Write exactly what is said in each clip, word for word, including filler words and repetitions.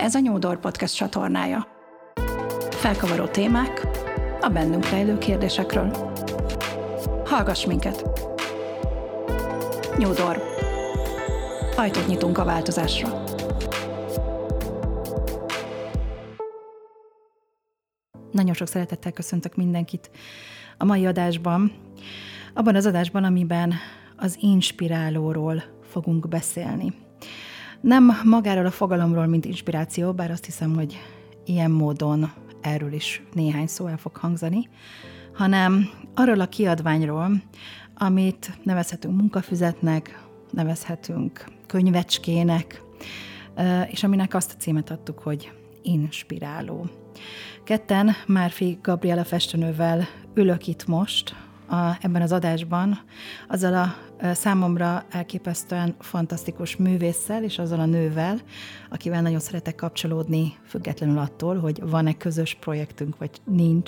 Ez a New Door Podcast csatornája. Felkavaró témák a bennünk rejlő kérdésekről. Hallgass minket! New Door. Ajtót nyitunk a változásra. Nagyon sok szeretettel köszöntök mindenkit a mai adásban. Abban az adásban, amiben az inspirálóról fogunk beszélni. Nem magáról a fogalomról, mint inspiráció, bár azt hiszem, hogy ilyen módon erről is néhány szó el fog hangzani, hanem arról a kiadványról, amit nevezhetünk munkafüzetnek, nevezhetünk könyvecskének, és aminek azt a címet adtuk, hogy inspiráló. Ketten, Márfi Gabriella festőnővel ülök itt most, a, ebben az adásban, azzal a számomra elképesztően fantasztikus művésszel, és azzal a nővel, akivel nagyon szeretek kapcsolódni, függetlenül attól, hogy van-e közös projektünk, vagy nincs.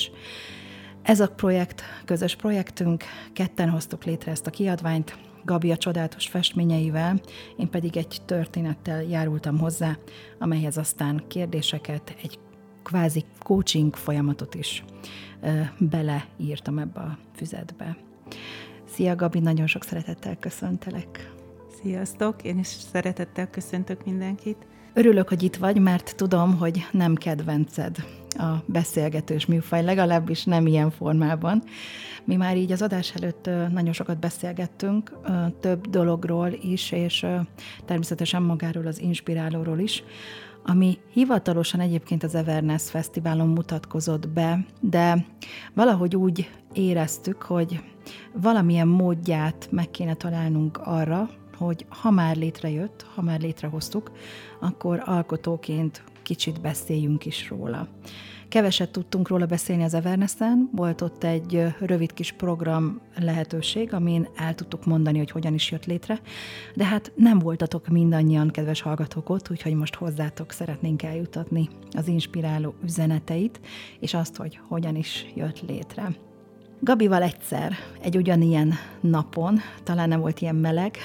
Ez a projekt, közös projektünk, ketten hoztuk létre ezt a kiadványt, Gabi a csodálatos festményeivel, én pedig egy történettel járultam hozzá, amelyhez aztán kérdéseket, egy kvázi coaching folyamatot is ö, beleírtam ebbe a füzetbe. Szia Gabi, nagyon sok szeretettel köszöntelek. Sziasztok, én is szeretettel köszöntök mindenkit. Örülök, hogy itt vagy, mert tudom, hogy nem kedvenced a beszélgetős műfaj, legalábbis nem ilyen formában. Mi már így az adás előtt nagyon sokat beszélgettünk, több dologról is, és természetesen magáról az inspirálóról is, ami hivatalosan egyébként az Everness Fesztiválon mutatkozott be, de valahogy úgy éreztük, hogy valamilyen módját meg kéne találnunk arra, hogy ha már létrejött, ha már létrehoztuk, akkor alkotóként kicsit beszéljünk is róla. Keveset tudtunk róla beszélni az Evernessen, volt ott egy rövid kis program lehetőség, amin el tudtuk mondani, hogy hogyan is jött létre, de hát nem voltatok mindannyian, kedves hallgatók ott, úgyhogy most hozzátok szeretnénk eljutatni az inspiráló üzeneteit, és azt, hogy hogyan is jött létre. Gabival egyszer, egy ugyanilyen napon, talán nem volt ilyen meleg,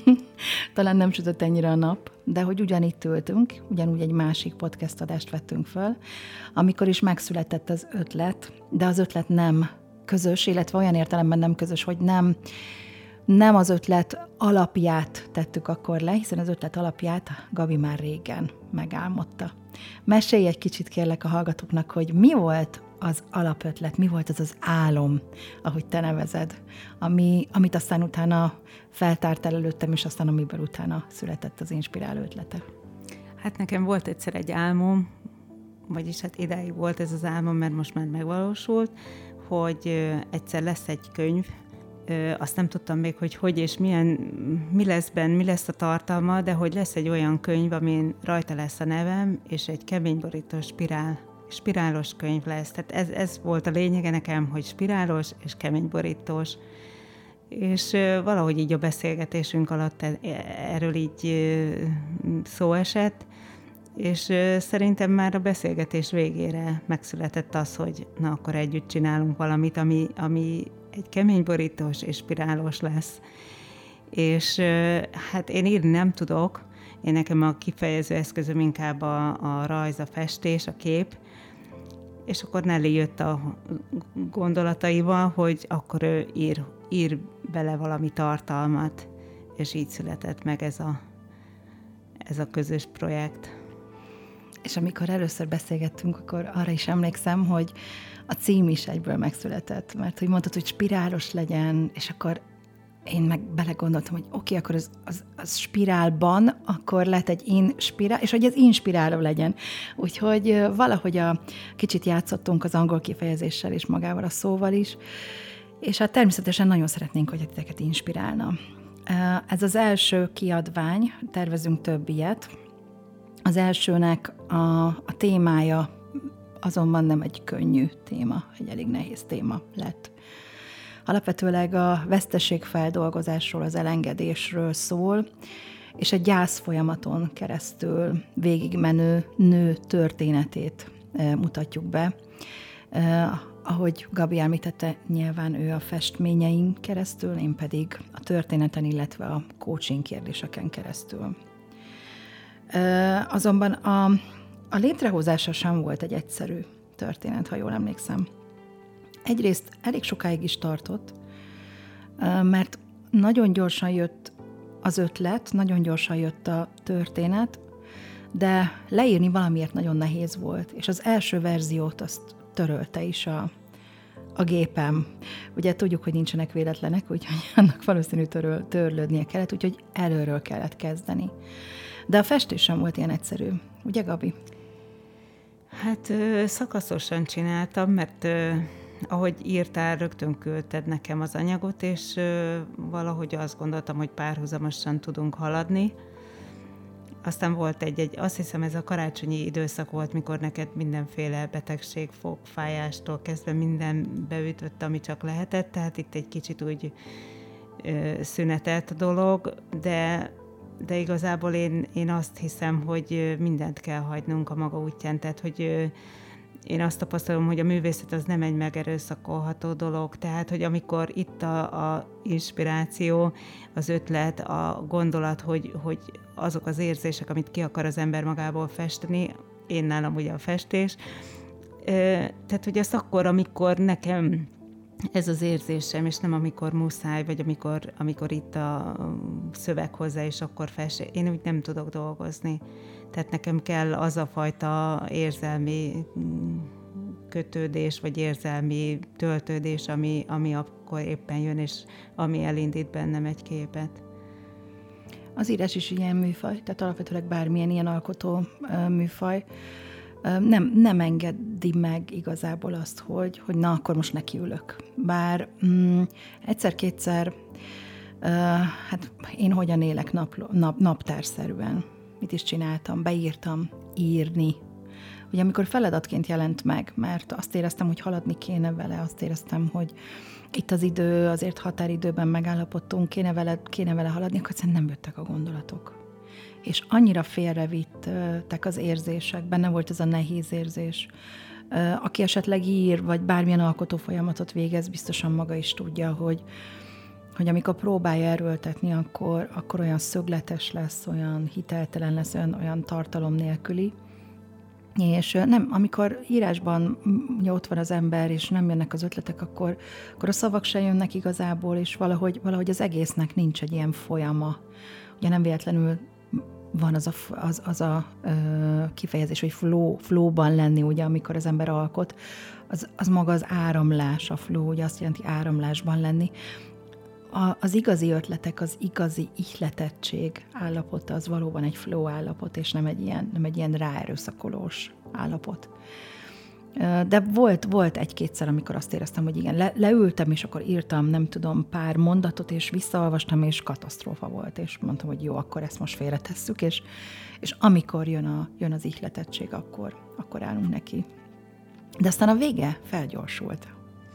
talán nem sütött ennyire a nap, de hogy ugyanitt ültünk, ugyanúgy egy másik podcast adást vettünk föl, amikor is megszületett az ötlet, de az ötlet nem közös, illetve olyan értelemben nem közös, hogy nem, nem az ötlet alapját tettük akkor le, hiszen az ötlet alapját Gabi már régen megálmodta. Mesélj egy kicsit kérlek a hallgatóknak, hogy mi volt az alapötlet, mi volt az az álom, ahogy te nevezed, ami, amit aztán utána feltártál előttem, és aztán amiből utána született az inspiráló ötlete. Hát nekem volt egyszer egy álmom, vagyis hát idáig volt ez az álmom, mert most már megvalósult, hogy egyszer lesz egy könyv, azt nem tudtam még, hogy hogy és milyen, mi lesz benne, mi lesz a tartalma, de hogy lesz egy olyan könyv, amin rajta lesz a nevem, és egy keményborítós spirál spirálos könyv lesz. Tehát ez, ez volt a lényege nekem, hogy spirálos és keményborítós. És valahogy így a beszélgetésünk alatt erről így szó esett, és szerintem már a beszélgetés végére megszületett az, hogy na akkor együtt csinálunk valamit, ami, ami egy keményborítós és spirálos lesz. És hát én írni nem tudok, én nekem a kifejező eszközöm inkább a, a rajz, a festés, a kép, és akkor Nelly jött a gondolataival, hogy akkor ő ír, ír bele valami tartalmat, és így született meg ez a, ez a közös projekt. És amikor először beszélgettünk, akkor arra is emlékszem, hogy a cím is egyből megszületett, mert hogy mondtad, hogy spirálos legyen, és akkor én meg belegondoltam, hogy oké, okay, akkor az, az, az spirálban, akkor lett egy inspirál, és hogy ez inspiráló legyen. Úgyhogy valahogy a kicsit játszottunk az angol kifejezéssel és magával a szóval is, és hát természetesen nagyon szeretnénk, hogy titeket inspirálna. Ez az első kiadvány, tervezünk több ilyet. Az elsőnek a, a témája azonban nem egy könnyű téma, egy elég nehéz téma lett. Alapvetőleg a veszteségfeldolgozásról, az elengedésről szól, és egy gyász folyamaton keresztül végigmenő nő történetét mutatjuk be. Ahogy Gabi említette, nyilván ő a festményein keresztül, én pedig a történeten, illetve a coaching kérdéseken keresztül. Azonban a, a létrehozása sem volt egy egyszerű történet, ha jól emlékszem. Egyrészt elég sokáig is tartott, mert nagyon gyorsan jött az ötlet, nagyon gyorsan jött a történet, de leírni valamiért nagyon nehéz volt, és az első verziót azt törölte is a, a gépem. Ugye tudjuk, hogy nincsenek véletlenek, úgyhogy annak valószínű töröl, törlődnie kellett, úgyhogy előről kellett kezdeni. De a festés sem volt ilyen egyszerű. Ugye, Gabi? Hát ö, szakaszosan csináltam, mert ö, ahogy írtál, rögtön küldted nekem az anyagot, és ö, valahogy azt gondoltam, hogy párhuzamosan tudunk haladni. Aztán volt egy-egy, azt hiszem ez a karácsonyi időszak volt, mikor neked mindenféle betegség, fogfájástól kezdve minden beütött, ami csak lehetett, tehát itt egy kicsit úgy ö, szünetelt a dolog, de, de igazából én, én azt hiszem, hogy mindent kell hagynunk a maga útján, tehát hogy ö, én azt tapasztalom, hogy a művészet az nem egy megerőszakolható dolog, tehát, hogy amikor itt a, a inspiráció, az ötlet, a gondolat, hogy, hogy azok az érzések, amit ki akar az ember magából festeni, én nálam ugye a festés, tehát, hogy az akkor, amikor nekem ez az érzésem, és nem amikor muszáj, vagy amikor, amikor itt a szöveg hozzá, és akkor fest, én úgy nem tudok dolgozni. Tehát nekem kell az a fajta érzelmi kötődés, vagy érzelmi töltődés, ami, ami akkor éppen jön, és ami elindít bennem egy képet. Az írás is ilyen műfaj, tehát alapvetőleg bármilyen ilyen alkotó műfaj nem, nem engedi meg igazából azt, hogy, hogy na, akkor most nekiülök. Bár mm, egyszer-kétszer uh, hát én hogyan élek nap, nap, naptárszerűen. Mit is csináltam? Beírtam írni. Ugye amikor feladatként jelent meg, mert azt éreztem, hogy haladni kéne vele, azt éreztem, hogy itt az idő, azért határidőben megállapodtunk, kéne vele, kéne vele haladni, akkor egyszerűen nem jöttek a gondolatok. És annyira félrevittek az érzések, benne volt ez a nehéz érzés. Aki esetleg ír, vagy bármilyen alkotó folyamatot végez, biztosan maga is tudja, hogy, hogy amikor próbálja erőltetni, akkor, akkor olyan szögletes lesz, olyan hiteltelen lesz, olyan, olyan tartalom nélküli. És nem, amikor írásban ott van az ember, és nem jönnek az ötletek, akkor, akkor a szavak se jönnek igazából, és valahogy, valahogy az egésznek nincs egy ilyen folyama. Ugye nem véletlenül van az a, az, az a ö, kifejezés, hogy flow, flowban lenni, ugye, amikor az ember alkot, az, az maga az áramlás, a flow, ugye azt jelenti áramlásban lenni. A, az igazi ötletek, az igazi ihletettség állapota, az valóban egy flow állapot, és nem egy ilyen, nem egy ilyen ráerőszakolós állapot. De volt, volt egy-kétszer, amikor azt éreztem, hogy igen, le, leültem, és akkor írtam, nem tudom, pár mondatot, és visszaolvastam, és katasztrófa volt, és mondtam, hogy jó, akkor ezt most félretesszük, és, és amikor jön, a, jön az ihletettség, akkor, akkor állunk neki. De aztán a vége felgyorsult.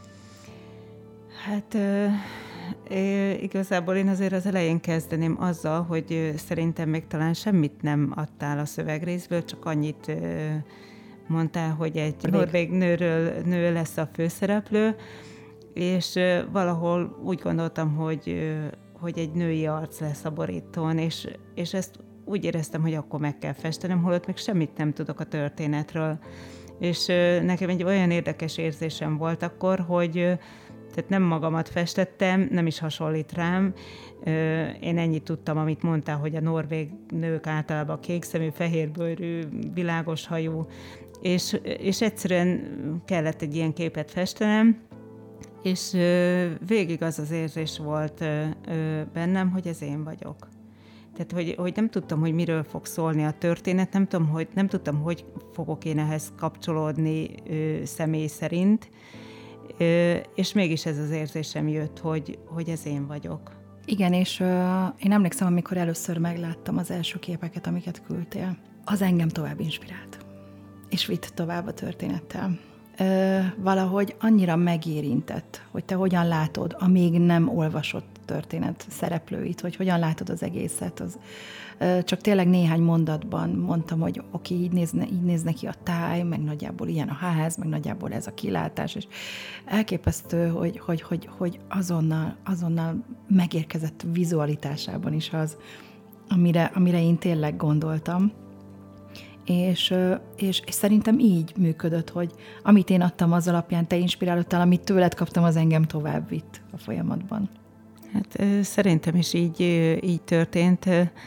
Hát é, igazából én azért az elején kezdeném azzal, hogy szerintem még talán semmit nem adtál a szövegrészből, csak annyit mondtál, hogy egy norvég nőről, nő lesz a főszereplő, és valahol úgy gondoltam, hogy, hogy egy női arc lesz a borítón, és, és ezt úgy éreztem, hogy akkor meg kell festenem, holott még semmit nem tudok a történetről. És nekem egy olyan érdekes érzésem volt akkor, hogy tehát nem magamat festettem, nem is hasonlít rám. Én ennyit tudtam, amit mondtál, hogy a norvég nők általában kékszemű, fehérbőrű, világos hajú, és, és egyszerűen kellett egy ilyen képet festenem, és végig az az érzés volt bennem, hogy ez én vagyok. Tehát, hogy, hogy nem tudtam, hogy miről fog szólni a történet, nem, tudom, hogy, nem tudtam, hogy fogok én ehhez kapcsolódni személy szerint, és mégis ez az érzésem jött, hogy, hogy ez én vagyok. Igen, és uh, én emlékszem, amikor először megláttam az első képeket, amiket küldtél, az engem tovább inspirált, és vitt tovább a történettel. Uh, valahogy annyira megérintett, hogy te hogyan látod a még nem olvasott történet szereplőit, hogy hogyan látod az egészet. Az, uh, csak tényleg néhány mondatban mondtam, hogy oké, így, nézne, így néz neki a táj, meg nagyjából ilyen a ház, meg nagyjából ez a kilátás, és elképesztő, hogy, hogy, hogy, hogy azonnal, azonnal megérkezett vizualitásában is az, amire, amire én tényleg gondoltam. És, és, és szerintem így működött, hogy amit én adtam, az alapján te inspirálódtál, amit tőled kaptam, az engem tovább vitt a folyamatban. Hát szerintem is így, így történt,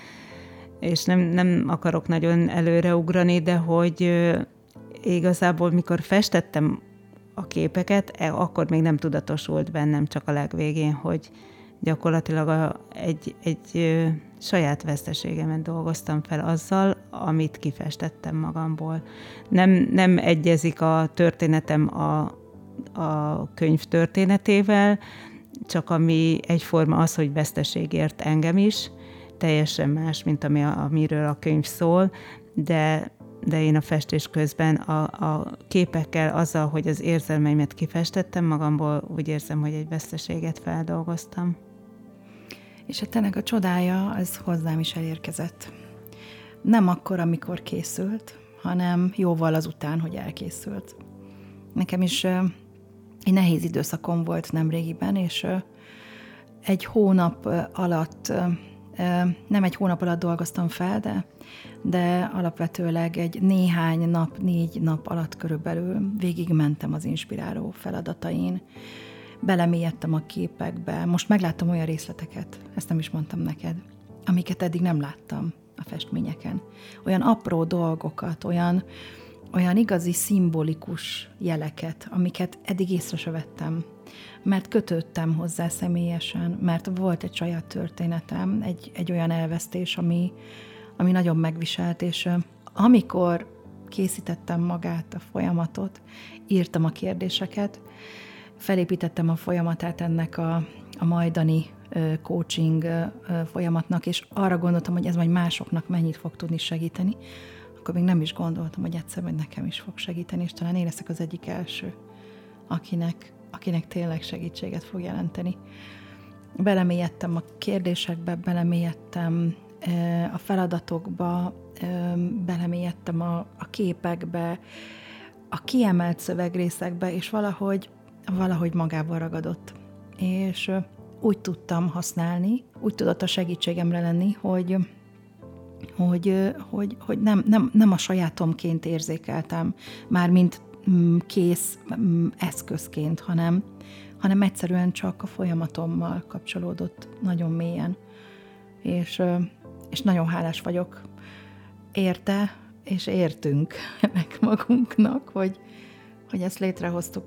és nem, nem akarok nagyon előreugrani, de hogy igazából mikor festettem a képeket, akkor még nem tudatosult bennem, csak a legvégén, hogy gyakorlatilag a, egy, egy saját veszteségemet dolgoztam fel azzal, amit kifestettem magamból. Nem, nem egyezik a történetem a, a könyv történetével, csak ami egyforma az, hogy veszteség ért engem is, teljesen más, mint ami, amiről a könyv szól, de, de én a festés közben a, a képekkel, azzal, hogy az érzelmeimet kifestettem magamból, úgy érzem, hogy egy veszteséget feldolgoztam. És hát ennek a csodája, az hozzám is elérkezett. Nem akkor, amikor készült, hanem jóval azután, hogy elkészült. Nekem is egy nehéz időszakom volt nemrégiben, és egy hónap alatt, nem egy hónap alatt dolgoztam fel, de, de alapvetőleg egy néhány nap, négy nap alatt körülbelül végigmentem az inspiráló feladatain, belemélyedtem a képekbe, most megláttam olyan részleteket, ezt nem is mondtam neked, amiket eddig nem láttam a festményeken. Olyan apró dolgokat, olyan, olyan igazi szimbolikus jeleket, amiket eddig észre se vettem, mert kötődtem hozzá személyesen, mert volt egy saját történetem, egy, egy olyan elvesztés, ami, ami nagyon megviselt, és amikor készítettem magát, a folyamatot, írtam a kérdéseket, felépítettem a folyamatát ennek a, a majdani uh, coaching uh, folyamatnak, és arra gondoltam, hogy ez majd másoknak mennyit fog tudni segíteni, akkor még nem is gondoltam, hogy egyszer majd nekem is fog segíteni, és talán én leszek az egyik első, akinek, akinek tényleg segítséget fog jelenteni. Belemélyedtem a kérdésekbe, belemélyedtem uh, a feladatokba, uh, belemélyedtem a, a képekbe, a kiemelt szövegrészekbe, és valahogy valahogy magával ragadott. És úgy tudtam használni, úgy tudott a segítségemre lenni, hogy, hogy, hogy, hogy nem, nem, nem a sajátomként érzékeltem, mármint kész eszközként, hanem, hanem egyszerűen csak a folyamatommal kapcsolódott nagyon mélyen. És, és nagyon hálás vagyok érte, és értünk ennek magunknak, hogy, hogy ezt létrehoztuk.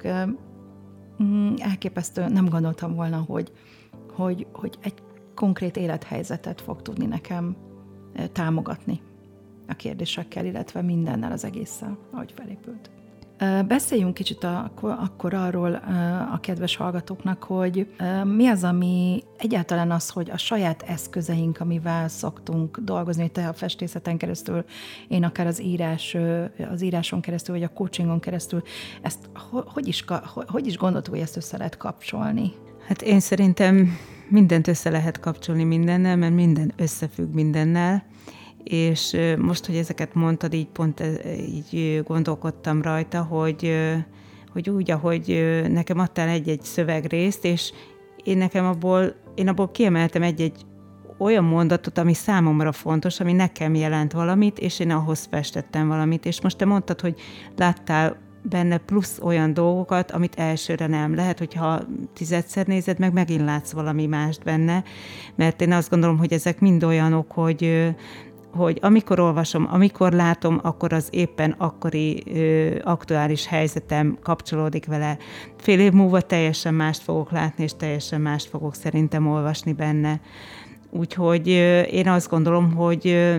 Elképesztő, nem gondoltam volna, hogy, hogy, hogy egy konkrét élethelyzetet fog tudni nekem támogatni a kérdésekkel, illetve mindennel, az egésszel, ahogy felépült. Beszéljünk kicsit a, akkor arról a kedves hallgatóknak, hogy mi az, ami egyáltalán az, hogy a saját eszközeink, amivel szoktunk dolgozni, te a festészeten keresztül, én akár az írás, az íráson keresztül, vagy a coachingon keresztül, ezt hogy is, hogy is gondoltuk, hogy ezt össze lehet kapcsolni? Hát én szerintem mindent össze lehet kapcsolni mindennel, mert minden összefügg mindennel, és most, hogy ezeket mondtad, így pont így gondolkodtam rajta, hogy, hogy úgy, ahogy nekem adtál egy-egy szövegrészt, és én nekem abból, én abból kiemeltem egy-egy olyan mondatot, ami számomra fontos, ami nekem jelent valamit, és én ahhoz festettem valamit. És most te mondtad, hogy láttál benne plusz olyan dolgokat, amit elsőre nem. Lehet, hogyha tizedszer nézed meg, megint látsz valami mást benne, mert én azt gondolom, hogy ezek mind olyanok, hogy hogy amikor olvasom, amikor látom, akkor az éppen akkori ö, aktuális helyzetem kapcsolódik vele. Fél év múlva teljesen mást fogok látni, és teljesen mást fogok szerintem olvasni benne. Úgyhogy ö, én azt gondolom, hogy, ö,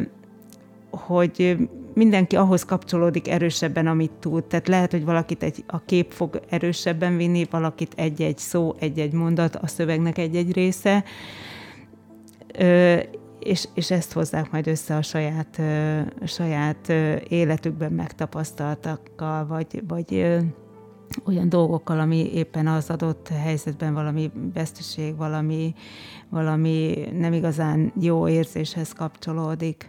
hogy mindenki ahhoz kapcsolódik erősebben, amit tud. Tehát lehet, hogy valakit egy, a kép fog erősebben vinni, valakit egy-egy szó, egy-egy mondat, a szövegnek egy-egy része. Ö, És, és ezt hozzák majd össze a saját, a saját életükben megtapasztaltakkal, vagy, vagy olyan dolgokkal, ami éppen az adott helyzetben valami veszteség, valami, valami nem igazán jó érzéshez kapcsolódik.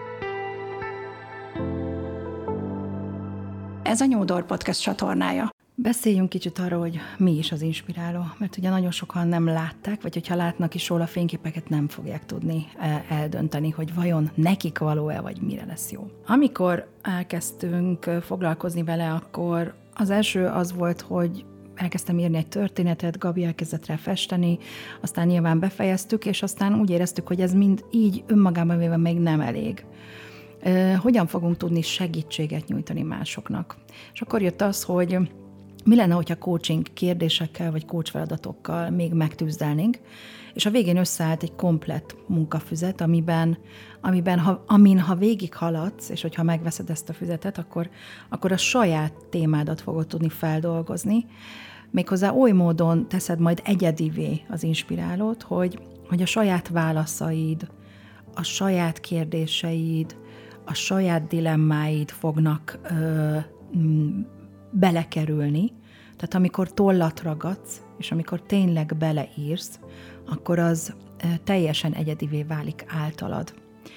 Ez a New Door Podcast csatornája. Beszéljünk kicsit arról, hogy mi is az inspiráló, mert ugye nagyon sokan nem látták, vagy hogyha látnak is róla fényképeket, nem fogják tudni eldönteni, hogy vajon nekik való-e, vagy mire lesz jó. Amikor elkezdtünk foglalkozni vele, akkor az első az volt, hogy elkezdtem írni egy történetet, Gabi elkezdett rá festeni, aztán nyilván befejeztük, és aztán úgy éreztük, hogy ez mind így önmagában véve még nem elég. Hogyan fogunk tudni segítséget nyújtani másoknak? És akkor jött az, hogy mi lenne, hogyha coaching kérdésekkel vagy coach feladatokkal még megtűzdelnénk, és a végén összeállt egy komplett munkafüzet, amiben, amiben ha, amin ha végighaladsz, és hogyha megveszed ezt a füzetet, akkor, akkor a saját témádat fogod tudni feldolgozni, méghozzá oly módon teszed majd egyedivé az inspirálót, hogy, hogy a saját válaszaid, a saját kérdéseid, a saját dilemmáid fognak ö, m, belekerülni. Tehát amikor tollat ragadsz, és amikor tényleg beleírsz, akkor az ö, teljesen egyedivé válik általad.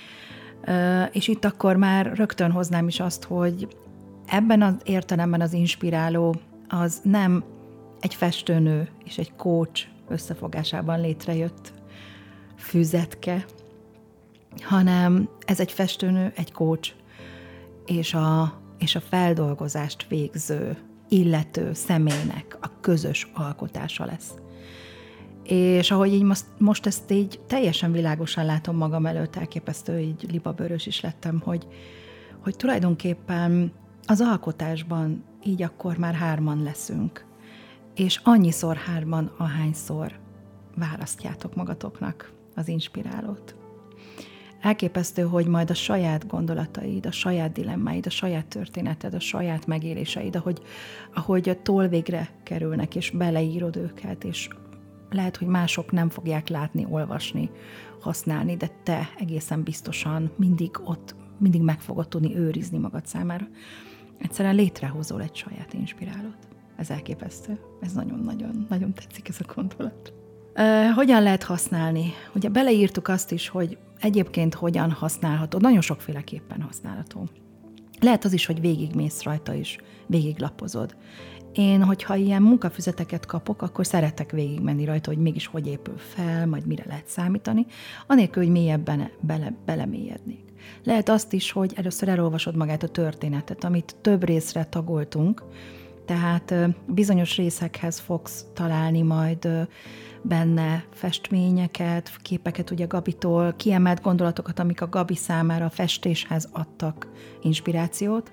Ö, és itt akkor már rögtön hoznám is azt, hogy ebben az értelemben az inspiráló az nem egy festőnő és egy coach összefogásában létrejött füzetke, hanem ez egy festőnő, egy coach, és a, és a feldolgozást végző, illető személynek a közös alkotása lesz. És ahogy így most, most ezt így teljesen világosan látom magam előtt, elképesztő, így libabőrös is lettem, hogy, hogy tulajdonképpen az alkotásban így akkor már hárman leszünk, és annyiszor hárman, ahányszor választjátok magatoknak az inspirálót. Elképesztő, hogy majd a saját gondolataid, a saját dilemmáid, a saját történeted, a saját megéléseid, ahogy, ahogy a tollvégre kerülnek, és beleírod őket, és lehet, hogy mások nem fogják látni, olvasni, használni, de te egészen biztosan mindig ott, mindig meg fogod tudni őrizni magad számára. Egyszerűen létrehozol egy saját inspirálót. Ez elképesztő. Ez nagyon-nagyon nagyon tetszik ez a gondolat. Uh, hogyan lehet használni? Ugye beleírtuk azt is, hogy egyébként hogyan használható. Nagyon sokféleképpen használható. Lehet az is, hogy végigmész rajta is, végiglapozod. Én, hogyha ilyen munkafüzeteket kapok, akkor szeretek végigmenni rajta, hogy mégis hogy épül fel, majd mire lehet számítani, anélkül, hogy mélyebben bele, belemélyednék. Lehet azt is, hogy először elolvasod magát a történetet, amit több részre tagoltunk, tehát bizonyos részekhez fogsz találni majd benne festményeket, képeket ugye Gabitól, kiemelt gondolatokat, amik a Gabi számára a festéshez adtak inspirációt,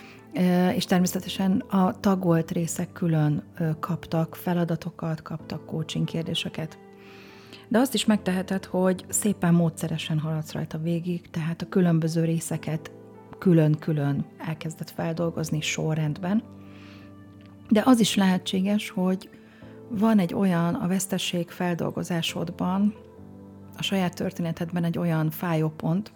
és természetesen a tagolt részek külön kaptak feladatokat, kaptak coaching kérdéseket. De azt is megteheted, hogy szépen módszeresen haladsz rajta végig, tehát a különböző részeket külön-külön elkezded feldolgozni sorrendben. De az is lehetséges, hogy van egy olyan a vesztesség feldolgozásodban, a saját történetedben egy olyan fájópont,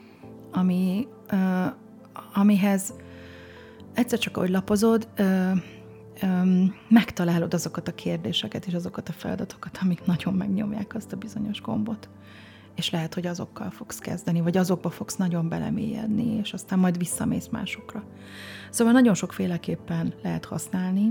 ami, uh, amihez egyszer csak, ahogy lapozod, uh, um, megtalálod azokat a kérdéseket és azokat a feladatokat, amik nagyon megnyomják azt a bizonyos gombot. És lehet, hogy azokkal fogsz kezdeni, vagy azokba fogsz nagyon belemélyedni, és aztán majd visszamész másokra. Szóval nagyon sokféleképpen lehet használni,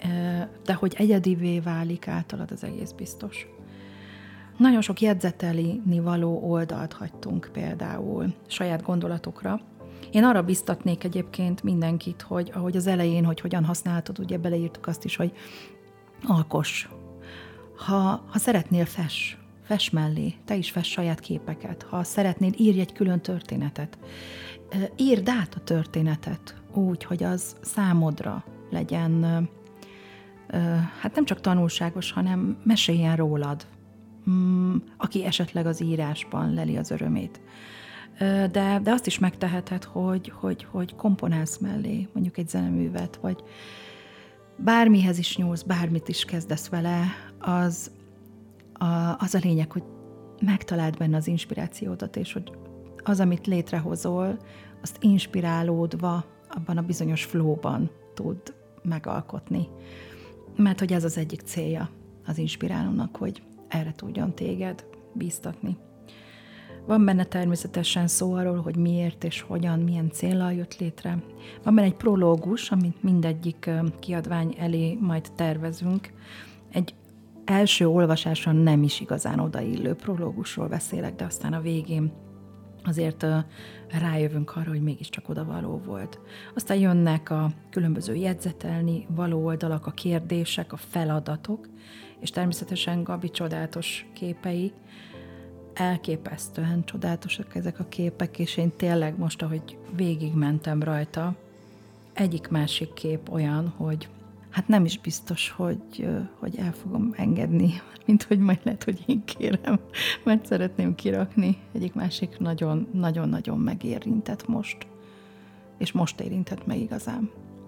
de hogy egyedivé válik általad, az egész biztos. Nagyon sok jegyzetelni való oldalt hagytunk például saját gondolatokra. Én arra biztatnék egyébként mindenkit, hogy ahogy az elején, hogy hogyan használhatod, ugye beleírtuk azt is, hogy alkoss. Ha, ha szeretnél, fess. Fess mellé, te is fess saját képeket. Ha szeretnél, írj egy külön történetet. Írd át a történetet úgy, hogy az számodra legyen, hát nem csak tanulságos, hanem meséljen rólad, aki esetleg az írásban leli az örömét. De, de azt is megteheted, hogy, hogy, hogy komponálsz mellé mondjuk egy zeneművet, vagy bármihez is nyúlsz, bármit is kezdesz vele, az A, az a lényeg, hogy megtaláld benne az inspirációdat, és hogy az, amit létrehozol, azt inspirálódva abban a bizonyos flowban tud megalkotni. Mert hogy ez az egyik célja az inspirálónak, hogy erre tudjon téged bíztatni. Van benne természetesen szó arról, hogy miért és hogyan, milyen céllal jött létre. Van benne egy prológus, amit mindegyik kiadvány elé majd tervezünk. Egy első olvasáson nem is igazán odaillő prológusról beszélek, de aztán a végén azért rájövünk arra, hogy mégiscsak odavaló volt. Aztán jönnek a különböző jegyzetelni való oldalak, a kérdések, a feladatok, és természetesen Gabi csodálatos képei, elképesztően csodálatosak ezek a képek, és én tényleg most, ahogy végigmentem rajta, egyik-másik kép olyan, hogy hát nem is biztos, hogy, hogy el fogom engedni, mint hogy majd lehet, hogy én kérem, mert szeretném kirakni. Egyik-másik nagyon-nagyon megérintett most, és most érintett meg igazán.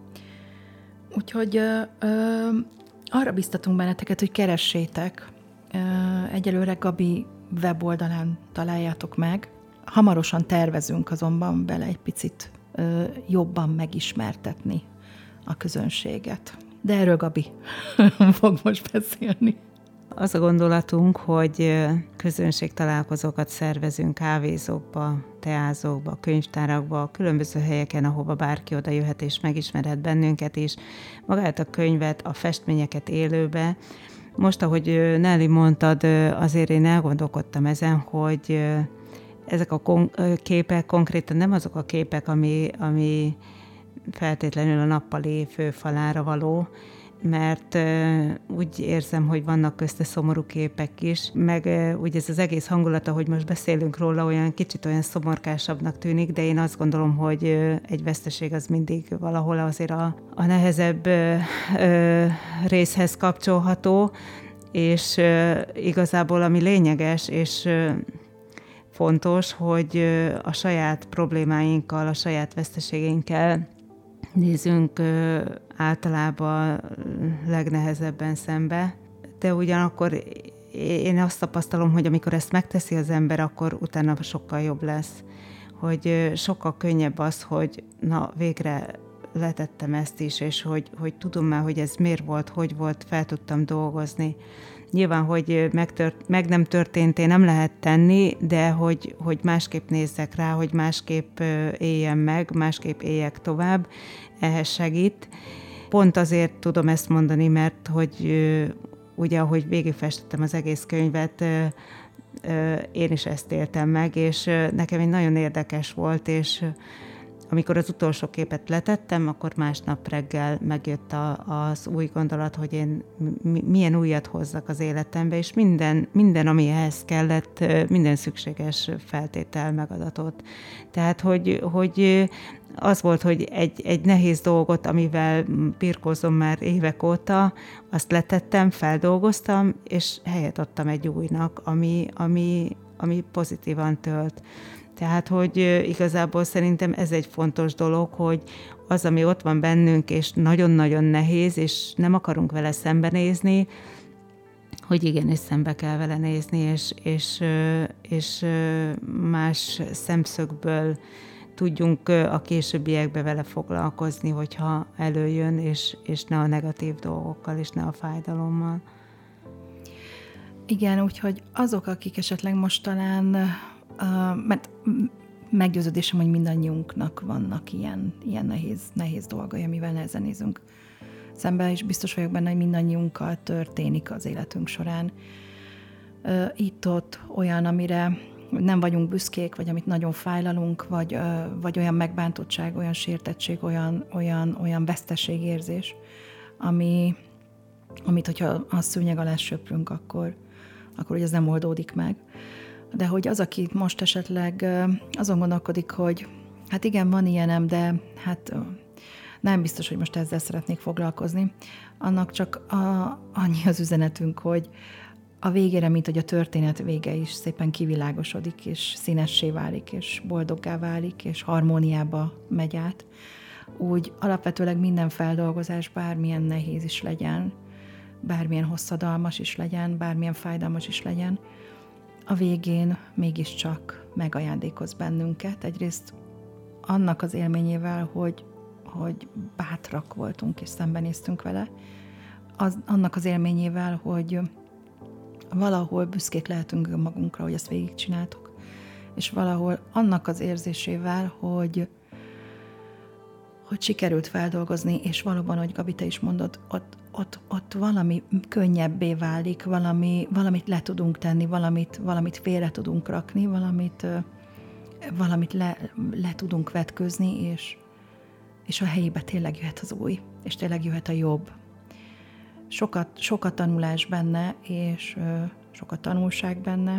Úgyhogy ö, ö, arra biztatunk benneteket, hogy keressétek. Ö, egyelőre Gabi weboldalán találjátok meg. Hamarosan tervezünk azonban bele egy picit ö, jobban megismertetni a közönséget. De erről Gabi fog most beszélni. Az a gondolatunk, hogy közönségtalálkozókat szervezünk kávézókba, teázókba, könyvtárakba, különböző helyeken, ahova bárki oda jöhet és megismerhet bennünket is, magát a könyvet, a festményeket élőbe. Most, ahogy Nelly mondtad, azért én elgondolkodtam ezen, hogy ezek a kon- képek konkrétan nem azok a képek, ami, ami feltétlenül a nappali főfalára való, mert uh, úgy érzem, hogy vannak közte szomorú képek is, meg uh, úgy ez az egész hangulata, hogy most beszélünk róla, olyan kicsit olyan szomorkásabbnak tűnik, de én azt gondolom, hogy uh, egy veszteség az mindig valahol azért a, a nehezebb uh, uh, részhez kapcsolható, és uh, igazából ami lényeges, és uh, fontos, hogy uh, a saját problémáinkkal, a saját veszteségeinkkel nézünk ö, általában legnehezebben szembe, de ugyanakkor én azt tapasztalom, hogy amikor ezt megteszi az ember, akkor utána sokkal jobb lesz. Hogy ö, sokkal könnyebb az, hogy na végre letettem ezt is, és hogy, hogy tudom már, hogy ez miért volt, hogy volt, fel tudtam dolgozni. Nyilván, hogy megtört, meg nem történt, én nem lehet tenni, de hogy, hogy másképp nézzek rá, hogy másképp éljem meg, másképp éljek tovább, ehhez segít. Pont azért tudom ezt mondani, mert hogy ugye, ahogy végigfestettem az egész könyvet, én is ezt éltem meg, és nekem egy nagyon érdekes volt, és amikor az utolsó képet letettem, akkor másnap reggel megjött a, az új gondolat, hogy én milyen újat hozzak az életembe, és minden, minden, ami ehhez kellett, minden szükséges feltétel megadatott. Tehát, hogy, hogy az volt, hogy egy, egy nehéz dolgot, amivel birkózom már évek óta, azt letettem, feldolgoztam, és helyet adtam egy újnak, ami, ami, ami pozitívan tölt. Tehát, hogy igazából szerintem ez egy fontos dolog, hogy az, ami ott van bennünk, és nagyon-nagyon nehéz, és nem akarunk vele szembenézni, hogy igenis szembe kell vele nézni, és, és, és más szemszögből tudjunk a későbbiekbe vele foglalkozni, hogyha előjön, és, és ne a negatív dolgokkal, és ne a fájdalommal. Igen, úgyhogy azok, akik esetleg most talán Uh, mert meggyőződésem, hogy mindannyiunknak vannak ilyen, ilyen nehéz, nehéz dolgai, amivel nehezen nézünk szembe, és biztos vagyok benne, hogy mindannyiunkkal történik az életünk során. Uh, itt-ott olyan, amire nem vagyunk büszkék, vagy amit nagyon fájlalunk, vagy, uh, vagy olyan megbántottság, olyan sértettség, olyan, olyan, olyan veszteségérzés, ami, amit, hogyha a szőnyeg alá söprünk, akkor, akkor ugye ez nem oldódik meg. De hogy az, aki most esetleg azon gondolkodik, hogy hát igen, van ilyenem, de hát nem biztos, hogy most ezzel szeretnék foglalkozni, annak csak a, annyi az üzenetünk, hogy a végére, mint hogy a történet vége is szépen kivilágosodik, és színessé válik, és boldoggá válik, és harmóniába megy át, úgy alapvetőleg minden feldolgozás bármilyen nehéz is legyen, bármilyen hosszadalmas is legyen, bármilyen fájdalmas is legyen, a végén mégiscsak megajándékoz bennünket. Egyrészt annak az élményével, hogy, hogy bátrak voltunk és szembenéztünk vele, az, annak az élményével, hogy valahol büszkék lehetünk magunkra, hogy ezt végigcsináltuk. és valahol annak az érzésével, hogy, hogy sikerült feldolgozni, és valóban, hogy Gabi, te is mondod, ott, ott, ott valami könnyebbé válik, valami, valamit le tudunk tenni, valamit, valamit félre tudunk rakni, valamit, valamit le, le tudunk vetközni, és, és a helyébe tényleg jöhet az új, és tényleg jöhet a jobb. Sokat, sokat tanulás benne, és sokat tanulság benne,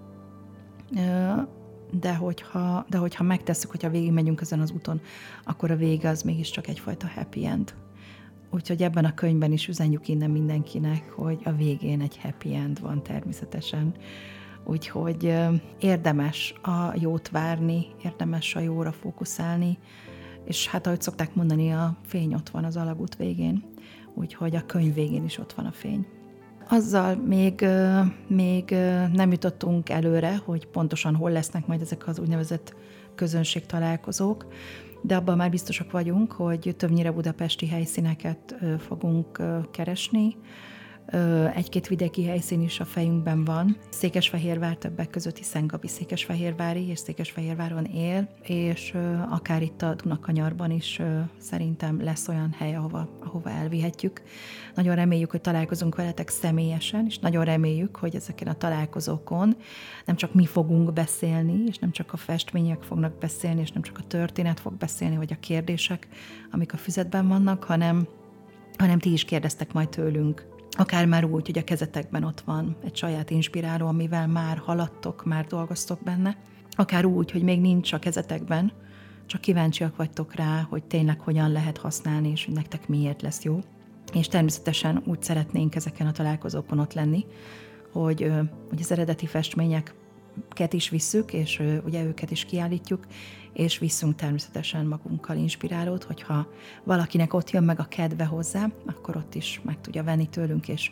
de hogyha, de hogyha megtesszük, hogyha végigmegyünk ezen az úton, akkor a vége az mégiscsak egyfajta happy end. Úgyhogy ebben a könyvben is üzenjük innen mindenkinek, hogy a végén egy happy end van természetesen. Úgyhogy érdemes a jót várni, érdemes a jóra fókuszálni, és hát ahogy szokták mondani, a fény ott van az alagút végén, úgyhogy a könyv végén is ott van a fény. Azzal még, még nem jutottunk előre, hogy pontosan hol lesznek majd ezek az úgynevezett közönségtalálkozók, de abban már biztosak vagyunk, hogy többnyire budapesti helyszíneket fogunk keresni. Egy-két vidéki helyszín is a fejünkben van. Székesfehérvár többek között, hiszen Gabi székesfehérvári, és Székesfehérváron él, és akár itt a Dunakanyarban is szerintem lesz olyan hely, ahova, ahova elvihetjük. Nagyon reméljük, hogy találkozunk veletek személyesen, és nagyon reméljük, hogy ezeken a találkozókon nem csak mi fogunk beszélni, és nem csak a festmények fognak beszélni, és nem csak a történet fog beszélni, vagy a kérdések, amik a füzetben vannak, hanem, hanem ti is kérdeztek majd tőlünk. Akár már úgy, hogy a kezetekben ott van egy saját inspiráló, amivel már haladtok, már dolgoztok benne. Akár úgy, hogy még nincs a kezetekben, csak kíváncsiak vagytok rá, hogy tényleg hogyan lehet használni, és hogy nektek miért lesz jó. És természetesen úgy szeretnénk ezeken a találkozókon ott lenni, hogy, hogy az eredeti festményeket is visszük, és ugye őket is kiállítjuk, és viszünk természetesen magunkkal inspirálót, hogyha valakinek ott jön meg a kedve hozzá, akkor ott is meg tudja venni tőlünk, és,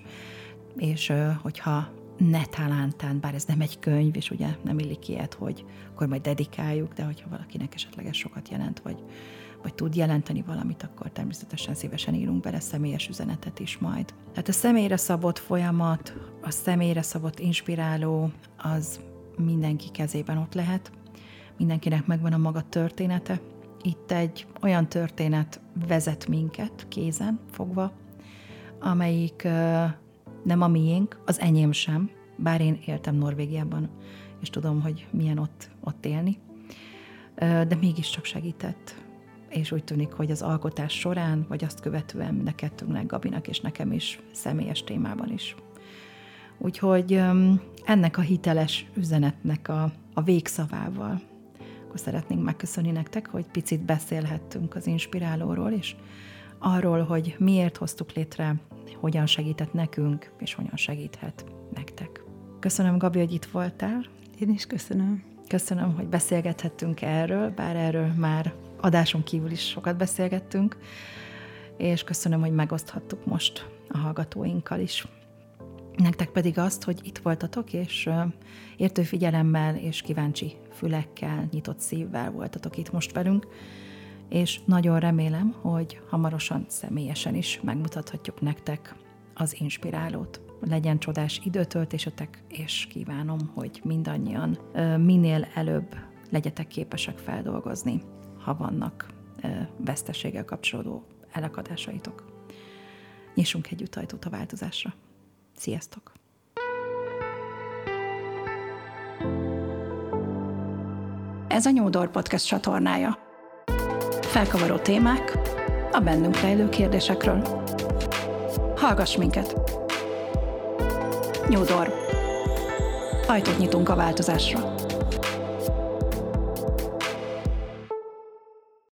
és hogyha ne talántán, bár ez nem egy könyv, és ugye nem illik ilyet, hogy akkor majd dedikáljuk, de hogyha valakinek esetleg ez sokat jelent, vagy, vagy tud jelenteni valamit, akkor természetesen szívesen írunk bele személyes üzenetet is majd. Tehát a személyre szabott folyamat, a személyre szabott inspiráló, az mindenki kezében ott lehet. Mindenkinek megvan a maga története. Itt egy olyan történet vezet minket kézen fogva, amelyik nem a miénk, az enyém sem, bár én éltem Norvégiában, és tudom, hogy milyen ott, ott élni, de mégiscsak segített. És úgy tűnik, hogy az alkotás során, vagy azt követően mind a kettőnknek, Gabinak és nekem is, személyes témában is. Úgyhogy ennek a hiteles üzenetnek a, a végszavával akkor szeretnénk megköszönni nektek, hogy picit beszélhettünk az inspirálóról, és arról, hogy miért hoztuk létre, hogyan segített nekünk, és hogyan segíthet nektek. Köszönöm, Gabi, hogy itt voltál. Én is köszönöm. Köszönöm, hogy beszélgethettünk erről, bár erről már adáson kívül is sokat beszélgettünk, és köszönöm, hogy megoszthattuk most a hallgatóinkkal is. Nektek pedig azt, hogy itt voltatok, és értő figyelemmel és kíváncsi fülekkel, nyitott szívvel voltatok itt most velünk, és nagyon remélem, hogy hamarosan személyesen is megmutathatjuk nektek az inspirálót. Legyen csodás időtöltésetek, és kívánom, hogy mindannyian minél előbb legyetek képesek feldolgozni, ha vannak veszteséggel kapcsolódó elakadásaitok. Nyissunk együtt ajtót a változásra. Sziasztok! Ez a New Door Podcast csatornája. Felkavaró témák a bennünk rejlő kérdésekről. Hallgass minket! New Door. Ajtót nyitunk a változásra.